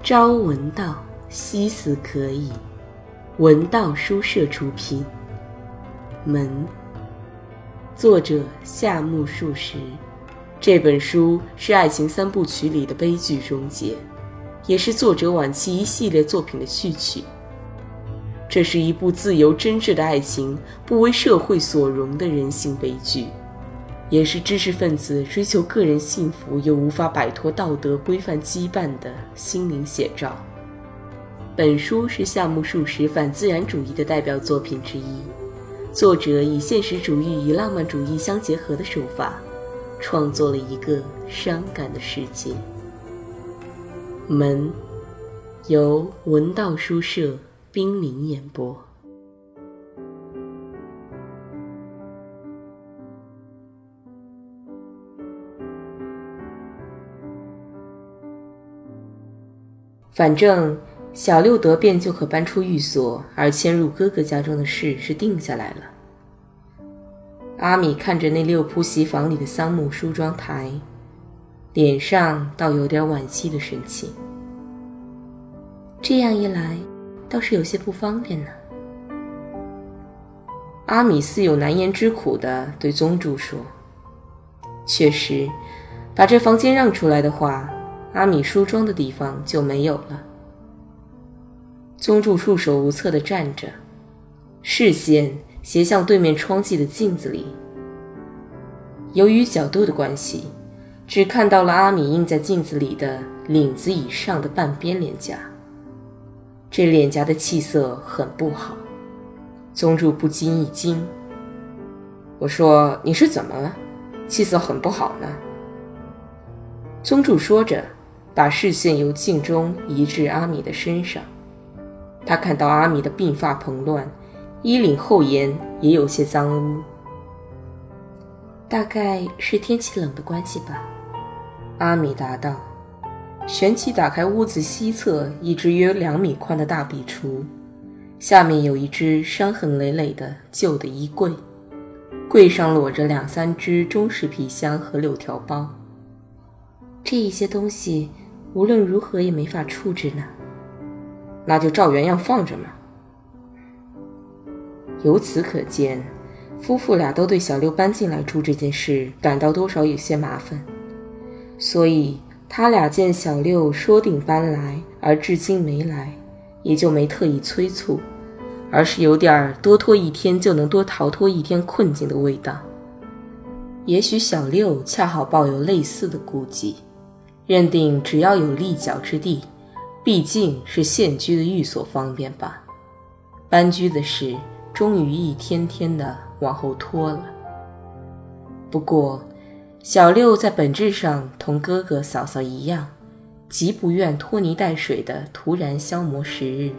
朝闻道，夕死可矣。文道书社出品。门，作者夏目漱石。这本书是爱情三部曲里的悲剧终结，也是作者晚期一系列作品的序曲。这是一部自由真挚的爱情不为社会所容的人性悲剧，也是知识分子追求个人幸福又无法摆脱道德规范羁绊的心灵写照。本书是夏目漱石反自然主义的代表作品之一，作者以现实主义与浪漫主义相结合的手法，创作了一个伤感的世界。门，由文道书社冰凌演播。反正小六得便就可搬出寓所而迁入哥哥家中的事是定下来了。阿米看着那6铺席房里的桑木梳妆台，脸上倒有点惋惜的神情。这样一来倒是有些不方便呢。阿米似有难言之苦地对宗助说，确实把这房间让出来的话，阿米梳妆的地方就没有了。宗助束手无策地站着，视线斜向对面窗际的镜子里。由于角度的关系，只看到了阿米映在镜子里的领子以上的半边脸颊。这脸颊的气色很不好，宗助不禁一惊。我说，你是怎么了？气色很不好呢？宗助说着，把视线由镜中移至阿米的身上。他看到阿米的鬓发蓬乱，衣领后沿也有些脏污。大概是天气冷的关系吧，阿米答道，旋即打开屋子西侧一只约2米宽的大壁橱，下面有一只伤痕累累的旧的衣柜，柜上裸着2、3只中式皮箱和6条包。这一些东西无论如何也没法处置呢。那就照原样放着嘛。由此可见，夫妇俩都对小六搬进来住这件事感到多少有些麻烦，所以他俩见小六说定搬来而至今没来，也就没特意催促，而是有点多拖1天就能多逃脱1天困境的味道。也许小六恰好抱有类似的顾忌，认定只要有立脚之地，毕竟是现居的寓所方便吧，搬居的事终于一天天的往后拖了。不过小六在本质上同哥哥嫂嫂一样，极不愿拖泥带水的突然消磨时日。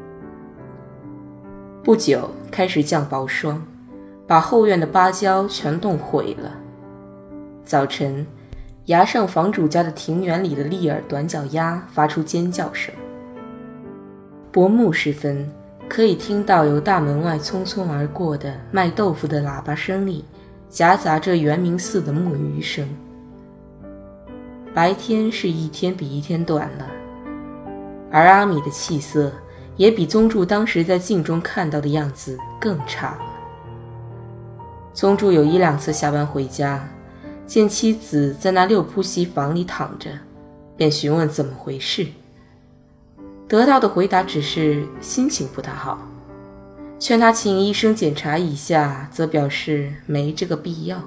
不久开始降薄霜，把后院的芭蕉全冻毁了。早晨崖上房主家的庭园里的立耳短脚鸭发出尖叫声。薄暮时分，可以听到由大门外匆匆而过的卖豆腐的喇叭声里夹杂着圆明寺的木鱼声。白天是一天比一天短了，而阿米的气色也比宗助当时在镜中看到的样子更差了。宗助有1、2次下班回家，见妻子在那6铺席房里躺着，便询问怎么回事。得到的回答只是心情不大好，劝他请医生检查一下，则表示没这个必要。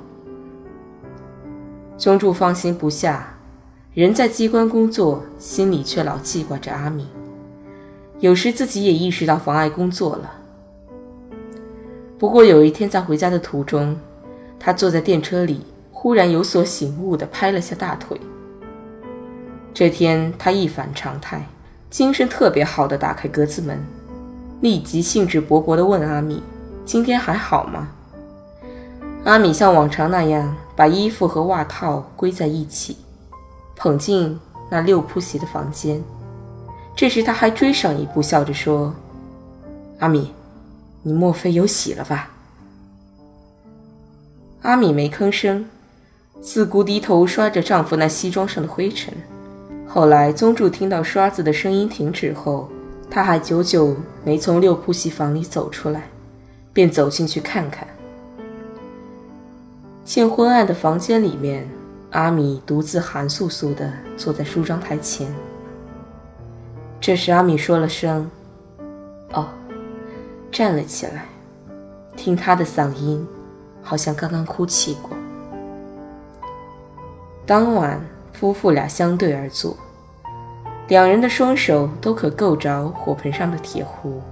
宗助放心不下，人在机关工作，心里却老记挂着阿米，有时自己也意识到妨碍工作了。不过有一天在回家的途中，他坐在电车里，忽然有所醒悟地拍了下大腿。这天他一反常态，精神特别好地打开格子门，立即兴致勃勃地问阿米，今天还好吗？阿米像往常那样把衣服和袜套归在一起，捧进那6铺席的房间。这时他还追上一步，笑着说，阿米，你莫非有喜了吧？阿米没吭声，自顾低头刷着丈夫那西装上的灰尘， 后来宗助听到刷子的声音停止后，他还久久没从六铺戏房里走出来，便走进去看看。见昏暗的房间里面，阿米独自寒肃肃地坐在梳妆台前。这时阿米说了声哦，站了起来，听他的嗓音好像刚刚哭泣过。当晚夫妇俩相对而坐，两人的双手都可够着火盆上的铁壶。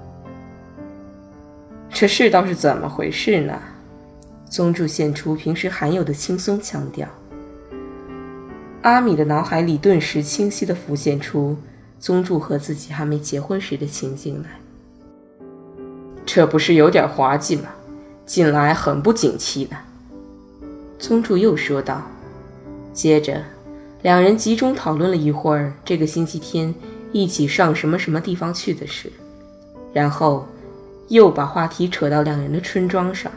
这世道是怎么回事呢？宗助现出平时罕有的轻松腔调。阿米的脑海里顿时清晰地浮现出宗助和自己还没结婚时的情景来。这不是有点滑稽吗？近来很不景气呢。宗助又说道。接着两人集中讨论了一会儿这个星期天一起上什么什么地方去的事，然后又把话题扯到两人的春装上。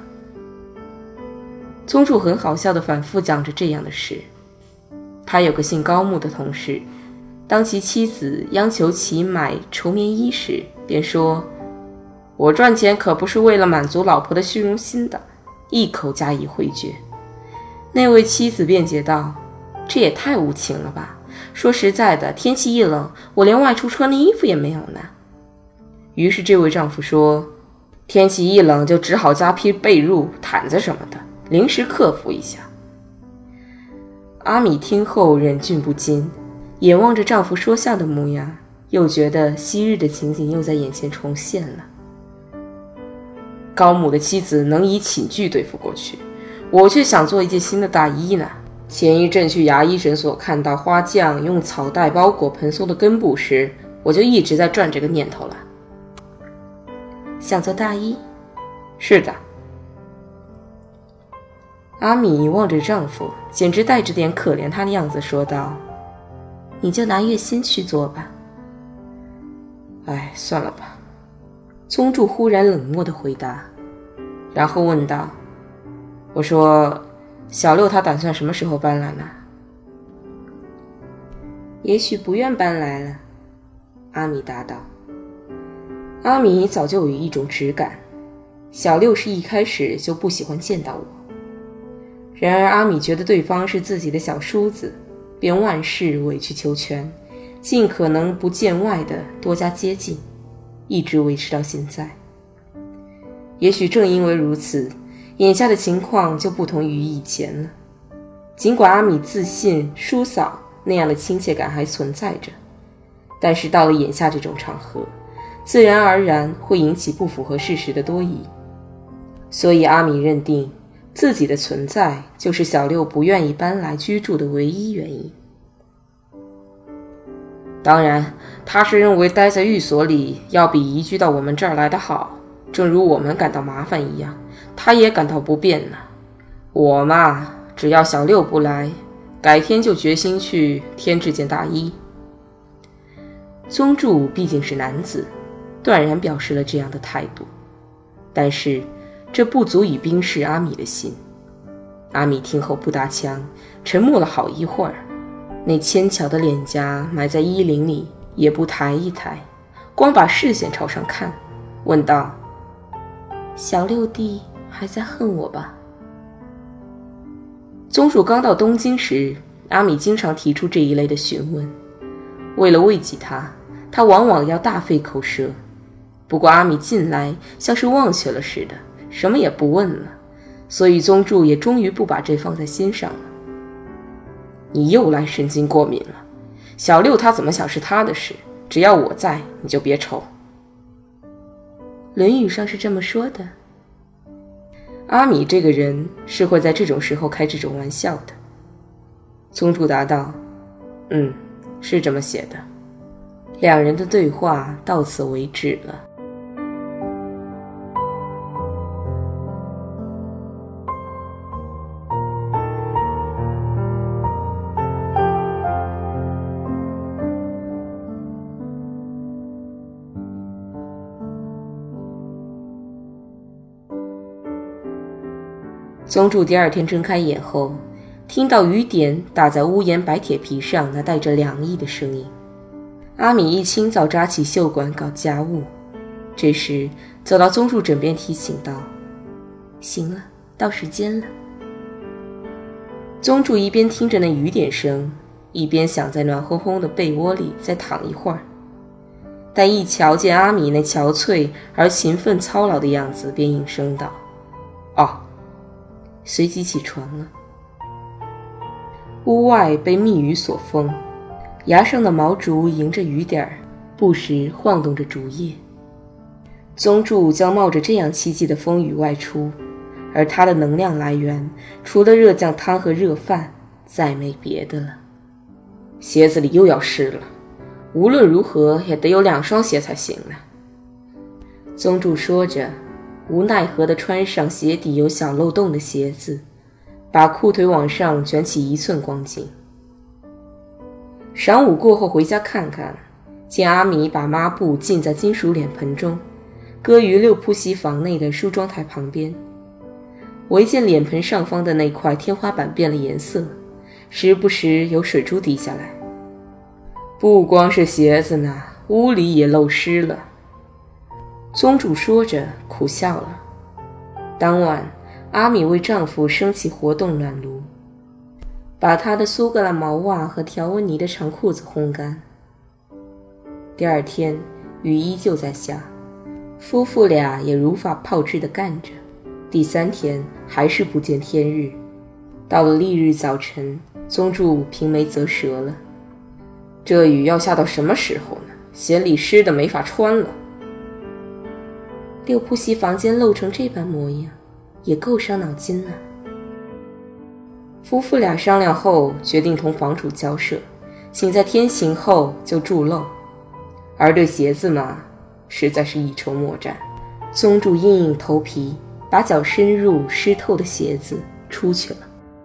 宗助很好笑地反复讲着这样的事。他有个姓高木的同事，当其妻子央求其买绸棉衣时，便说：“我赚钱可不是为了满足老婆的虚荣心的。”一口加以回绝。那位妻子辩解道：“这也太无情了吧！说实在的，天气一冷，我连外出穿的衣服也没有呢。”于是这位丈夫说：“天气一冷就只好加披被褥、毯子什么的，临时克服一下。”阿米听后忍俊不禁，眼望着丈夫说笑的模样，又觉得昔日的情景又在眼前重现了。高母的妻子能以寝具对付过去，我却想做一件新的大衣呢。前一阵去牙医诊所看到花匠用草袋包裹蓬松的根部时，我就一直在转这个念头了。想做大衣？是的。阿米望着丈夫，简直带着点可怜他的样子说道：“你就拿月薪去做吧。”哎，算了吧。宗助忽然冷漠地回答，然后问道：“我说，小六他打算什么时候搬来呢？”也许不愿搬来了，阿米答道。阿米早就有一种直感，小六是一开始就不喜欢见到我。然而阿米觉得对方是自己的小叔子，便万事委曲求全，尽可能不见外的多加接近，一直维持到现在。也许正因为如此，眼下的情况就不同于以前了。尽管阿米自信叔嫂那样的亲切感还存在着，但是到了眼下这种场合，自然而然会引起不符合事实的多疑。所以阿米认定自己的存在就是小六不愿意搬来居住的唯一原因。当然，他是认为待在寓所里要比移居到我们这儿来得好，正如我们感到麻烦一样，他也感到不便呢。我嘛，只要小六不来，改天就决心去添置件大衣。宗助毕竟是男子，断然表示了这样的态度，但是这不足以冰释阿米的心。阿米听后不搭腔，沉默了好一会儿，那纤巧的脸颊埋在衣领里，也不抬一抬，光把视线朝上看，问道：“小六弟还在恨我吧？”宗主刚到东京时，阿米经常提出这一类的询问。为了慰藉他往往要大费口舌。不过阿米近来像是忘却了似的，什么也不问了，所以宗助也终于不把这放在心上了。你又来神经过敏了，小六他怎么想是他的事，只要我在，你就别愁。论语上是这么说的。阿米这个人是会在这种时候开这种玩笑的。宗助答道：“是这么写的。”两人的对话到此为止了。宗助第二天睁开眼后， 听到雨点打在屋檐白铁皮上那带着凉意的声音。阿米一清早扎起袖管搞家务，这时走到宗助枕边提醒道：行了，到时间了。宗助一边听着那雨点声，一边想在暖烘烘的被窝里再躺一会儿，但一瞧见阿米那憔悴而勤奋操劳的样子，便应声道：哦，随即起床了。屋外被密雨所封，崖上的毛竹迎着雨点儿，不时晃动着竹叶。宗助将冒着这样凄寂的风雨外出，而他的能量来源除了热酱汤和热饭，再没别的了。鞋子里又要湿了，无论如何也得有2双鞋才行呢。宗助说着，无奈何地穿上鞋底有小漏洞的鞋子，把裤腿往上卷起1寸光景。晌午过后回家看看，见阿米把抹布浸在金属脸盆中，搁于6铺席房内的梳妆台旁边。唯见脸盆上方的那块天花板变了颜色，时不时有水珠滴下来。不光是鞋子呢，屋里也漏湿了。宗助说着苦笑了。当晚阿米为丈夫升起活动暖炉，把他的苏格兰毛袜和条纹呢的长裤子烘干。第2天雨依旧在下，夫妇俩也如法炮制地干着。第3天还是不见天日，到了翌日早晨，宗助平眉啧舌了。这雨要下到什么时候呢？鞋里湿得没法穿了。6铺席房间漏成这般模样，也够伤脑筋呢。夫妇俩商量后，决定同房主交涉，请在天晴后就筑漏。而对鞋子嘛，实在是一筹莫展。宗助硬硬头皮，把脚伸入湿透的鞋子出去了。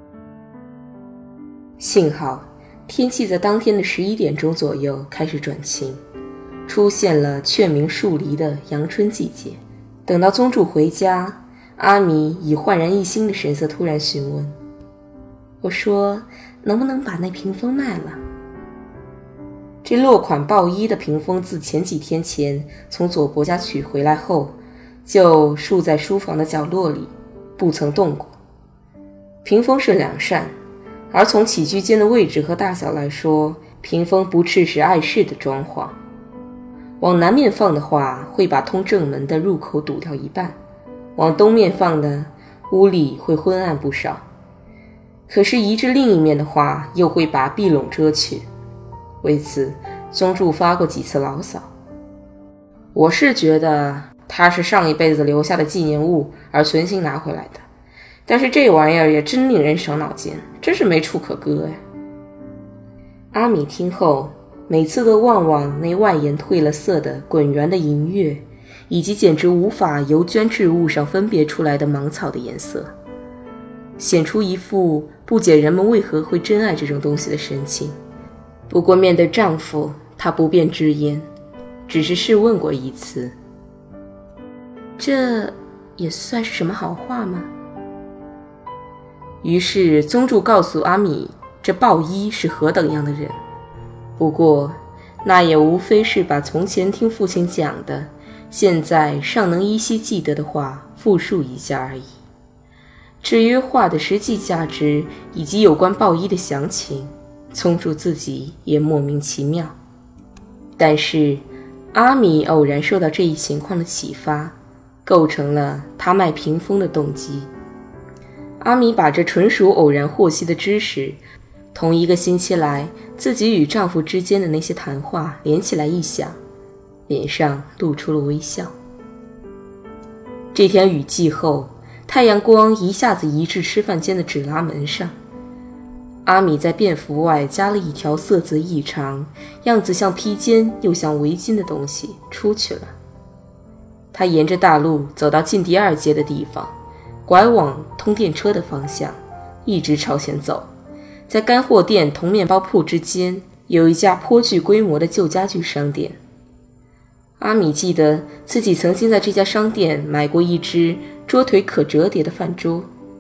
幸好天气在当天的11点钟左右开始转晴，出现了雀鸣树篱的阳春季节。等到宗助回家，阿米以焕然一新的神色突然询问：我说能不能把那屏风卖了？这落款鲍衣的屏风自前几天前从左伯家取回来后，就竖在书房的角落里，不曾动过。屏风是2扇，而从起居间的位置和大小来说，屏风不斥是碍事的装潢。往南面放的话，会把通正门的入口堵掉一半；往东面放的，屋里会昏暗不少。可是移至另一面的话，又会把壁拢遮去。为此，宗助发过几次牢骚。我是觉得他是上一辈子留下的纪念物而存心拿回来的，但是这玩意儿也真令人伤脑筋，真是没处可搁呀。阿米听后，每次都望望那外沿褪了色的滚圆的银月，以及简直无法由绢质物上分别出来的芒草的颜色，显出一副不解人们为何会珍爱这种东西的神情。不过面对丈夫，她不便直言，只是试问过一次：这也算是什么好话吗？于是宗助告诉阿米，这鲍衣是何等样的人。不过那也无非是把从前听父亲讲的，现在尚能依稀记得的话复述一下而已。至于话的实际价值以及有关鲍衣的详情，宗助自己也莫名其妙。但是阿米偶然受到这一情况的启发，构成了他卖屏风的动机。阿米把这纯属偶然获悉的知识同1个星期来自己与丈夫之间的那些谈话连起来一想，脸上露出了微笑。这天雨季后，太阳光一下子移至吃饭间的纸拉门上。阿米在便服外加了一条色泽异常、样子像披肩又像围巾的东西出去了。他沿着大路走到近第2街的地方，拐往通电车的方向，一直朝前走。在干货店同面包铺之间，有一家颇具规模的旧家具商店。阿米记得自己曾经在这家商店买过一只桌腿可折叠的饭桌，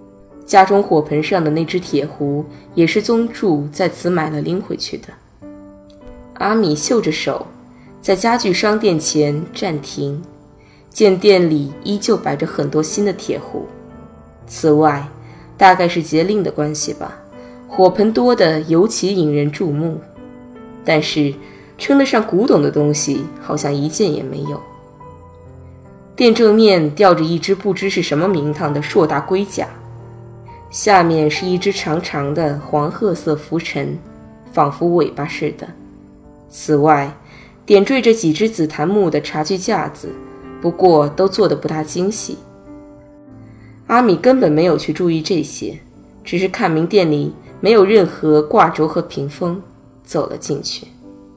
家中火盆上的那只铁壶也是宗助在此买了拎回去的。阿米嗅着手，在家具商店前暂停，见店里依旧摆着很多新的铁壶。此外，大概是节令的关系吧，火盆多得尤其引人注目，但是称得上古董的东西好像一件也没有。店正面吊着一只不知是什么名堂的硕大龟甲，下面是一只长长的黄褐色浮尘，仿佛尾巴似的。此外，点缀着几只紫檀木的茶具架子，不过都做得不大精细。阿米根本没有去注意这些，只是看明店里没有任何挂轴和屏风，走了进去。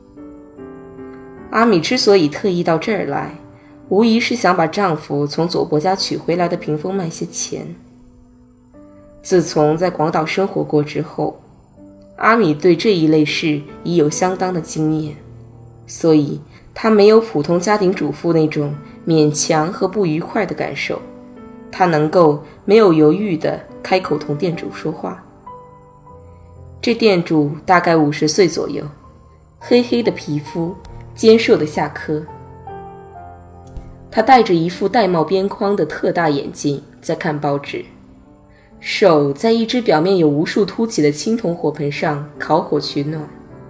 阿米之所以特意到这儿来，无疑是想把丈夫从佐伯家取回来的屏风卖些钱。自从在广岛生活过之后，阿米对这一类事已有相当的经验，所以她没有普通家庭主妇那种勉强和不愉快的感受，她能够没有犹豫地开口同店主说话。这店主大概50岁左右，黑黑的皮肤，尖瘦的下颌。他戴着一副玳瑁边框的特大眼镜，在看报纸，手在一只表面有无数凸起的青铜火盆上烤火取暖。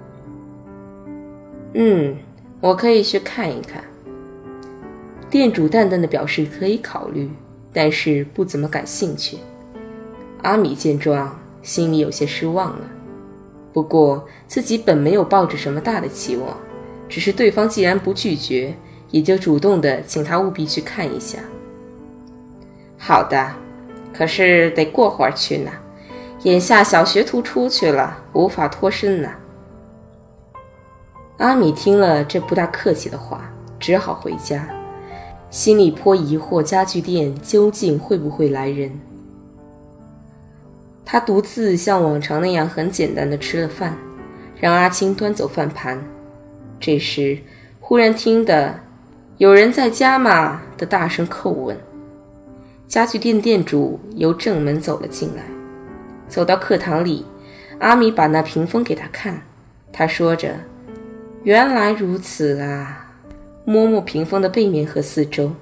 我可以去看一看。店主淡淡的表示可以考虑，但是不怎么感兴趣。阿米见状，心里有些失望了。不过自己本没有抱着什么大的期望，只是对方既然不拒绝，也就主动的请他务必去看一下。好的，可是得过会儿去呢，眼下小学徒出去了，无法脱身呢。阿米听了这不大客气的话，只好回家，心里颇疑惑家具店究竟会不会来人。他独自像往常那样很简单的吃了饭，让阿青端走饭盘。这时忽然听得有人在家吗的大声叩问。家具店店主由正门走了进来，走到课堂里，阿米把那屏风给他看，他说着原来如此啊，摸摸屏风的背面和四周。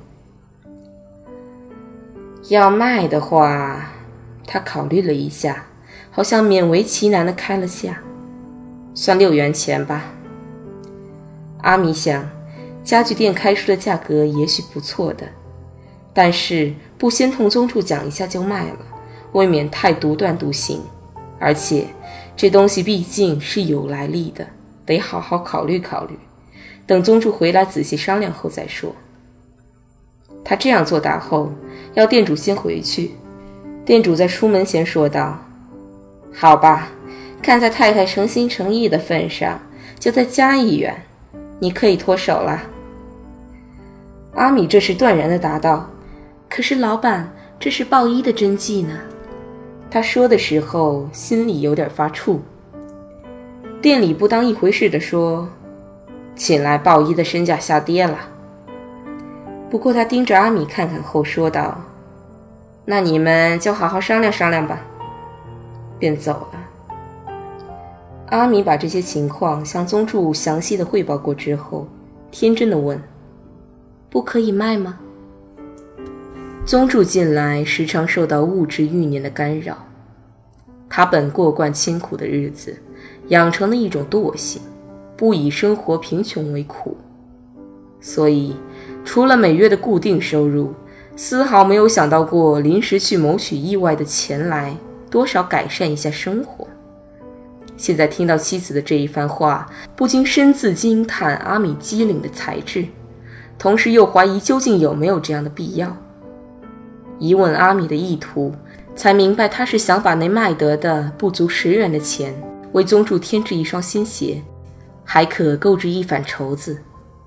要卖的话，他考虑了一下，好像勉为其难地开了价，算6元钱吧。阿米想，家具店开出的价格也许不错的，但是不先同宗助讲一下就卖了，未免太独断独行，而且这东西毕竟是有来历的，得好好考虑考虑，等宗助回来仔细商量后再说。他这样作答后，要店主先回去。店主在出门前说道：好吧，看在太太诚心诚意的份上，就再加1元，你可以脱手了。阿米这时断然地答道：可是老板，这是报衣的真迹呢。他说的时候心里有点发怵。店里不当一回事地说：近来报衣的身价下跌了。不过他盯着阿米看看后说道：那你们就好好商量商量吧，便走了。阿米把这些情况向宗助详细的汇报过之后，天真的问：不可以卖吗？宗助近来时常受到物质欲念的干扰，他本过惯清苦的日子，养成了一种惰性，不以生活贫穷为苦，所以除了每月的固定收入，丝毫没有想到过临时去谋取意外的钱来多少改善一下生活。现在听到妻子的这一番话，不禁深自惊叹阿米机灵的才智，同时又怀疑究竟有没有这样的必要。一问阿米的意图，才明白他是想把那卖得的不足10元的钱为宗助添置一双新鞋，还可购置一反绸子。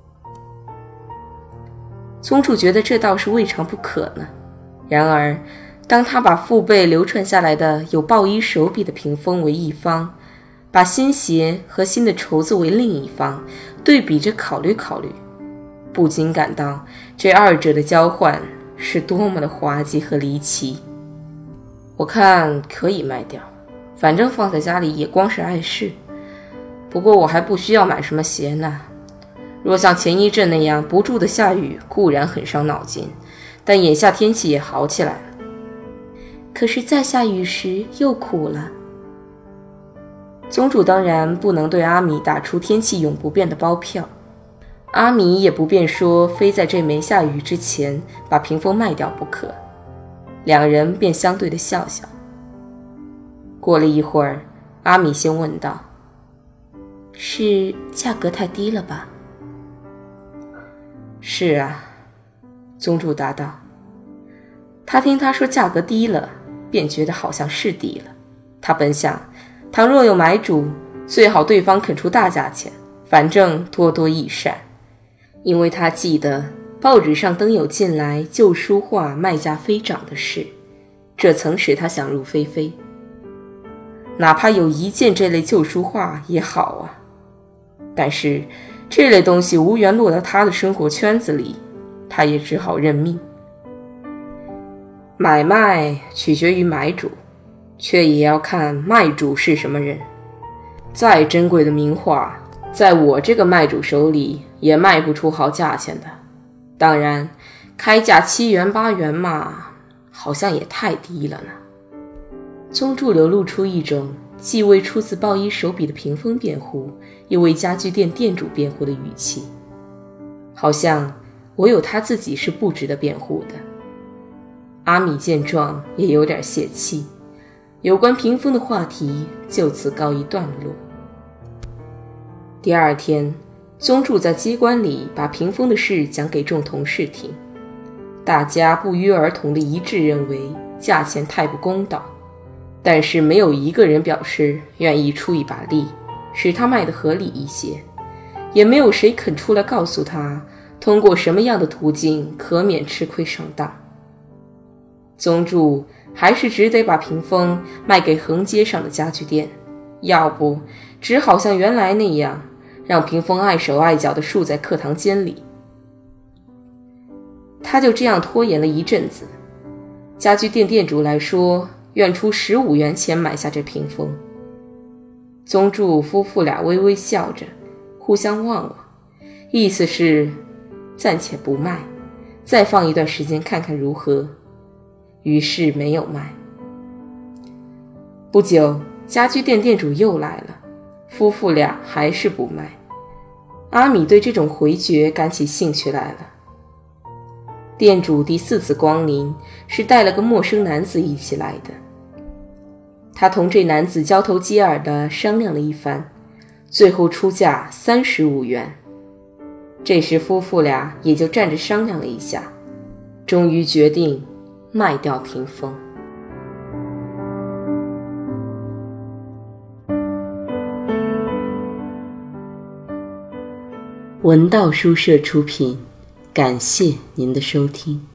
宗助觉得这倒是未尝不可呢。然而当他把父辈流传下来的有报衣手笔的屏风为一方，把新鞋和新的绸子为另一方，对比着考虑考虑，不禁感到这二者的交换是多么的滑稽和离奇。 我看可以卖掉，反正放在家里也光是碍事。不过我还不需要买什么鞋呢。若像前一阵那样不住的下雨，固然很伤脑筋，但眼下天气也好起来了。 可是再下雨时又苦了。 宗主当然不能对阿米打出天气永不变的包票，阿米也不便说非在这没下雨之前把屏风卖掉不可，两人便相对的笑笑。过了一会儿，阿米先问道： 是价格太低了吧？ 是啊，宗主答道。他听他说价格低了，便觉得好像是低了。他本想，倘若有买主，最好对方肯出大价钱，反正多多益善。因为他记得报纸上登有近来旧书画卖价飞涨的事，这曾使他想入非非。哪怕有一件这类旧书画也好啊，但是这类东西无缘落到他的生活圈子里，他也只好认命。买卖取决于买主，却也要看卖主是什么人。再珍贵的名画，在我这个卖主手里也卖不出好价钱的。当然，开价7元8元嘛，好像也太低了呢。宗助流露出一种既为出自鲍伊手笔的屏风辩护，又为家具店店主辩护的语气，好像唯有他自己是不值得辩护的。阿米见状也有点泄气，有关屏风的话题就此告一段落。第二天，宗助在机关里把屏风的事讲给众同事听，大家不约而同地一致认为价钱太不公道，但是没有一个人表示愿意出一把力，使他卖得合理一些，也没有谁肯出来告诉他通过什么样的途径可免吃亏上当。宗助还是只得把屏风卖给横街上的家具店，要不只好像原来那样，让屏风碍手碍脚地竖在课堂间里。他就这样拖延了一阵子，家具店店主来说愿出15元钱买下这屏风。宗助夫妇俩微微笑着，互相望望，意思是暂且不卖，再放一段时间看看如何。于是没有卖。不久，家具店店主又来了，夫妇俩还是不卖。阿米对这种回绝感起兴趣来了。店主第4次光临是带了个陌生男子一起来的，他同这男子交头接耳地商量了一番，最后出价35元。这时夫妇俩也就站着商量了一下，终于决定卖掉屏风。文道书社出品，感谢您的收听。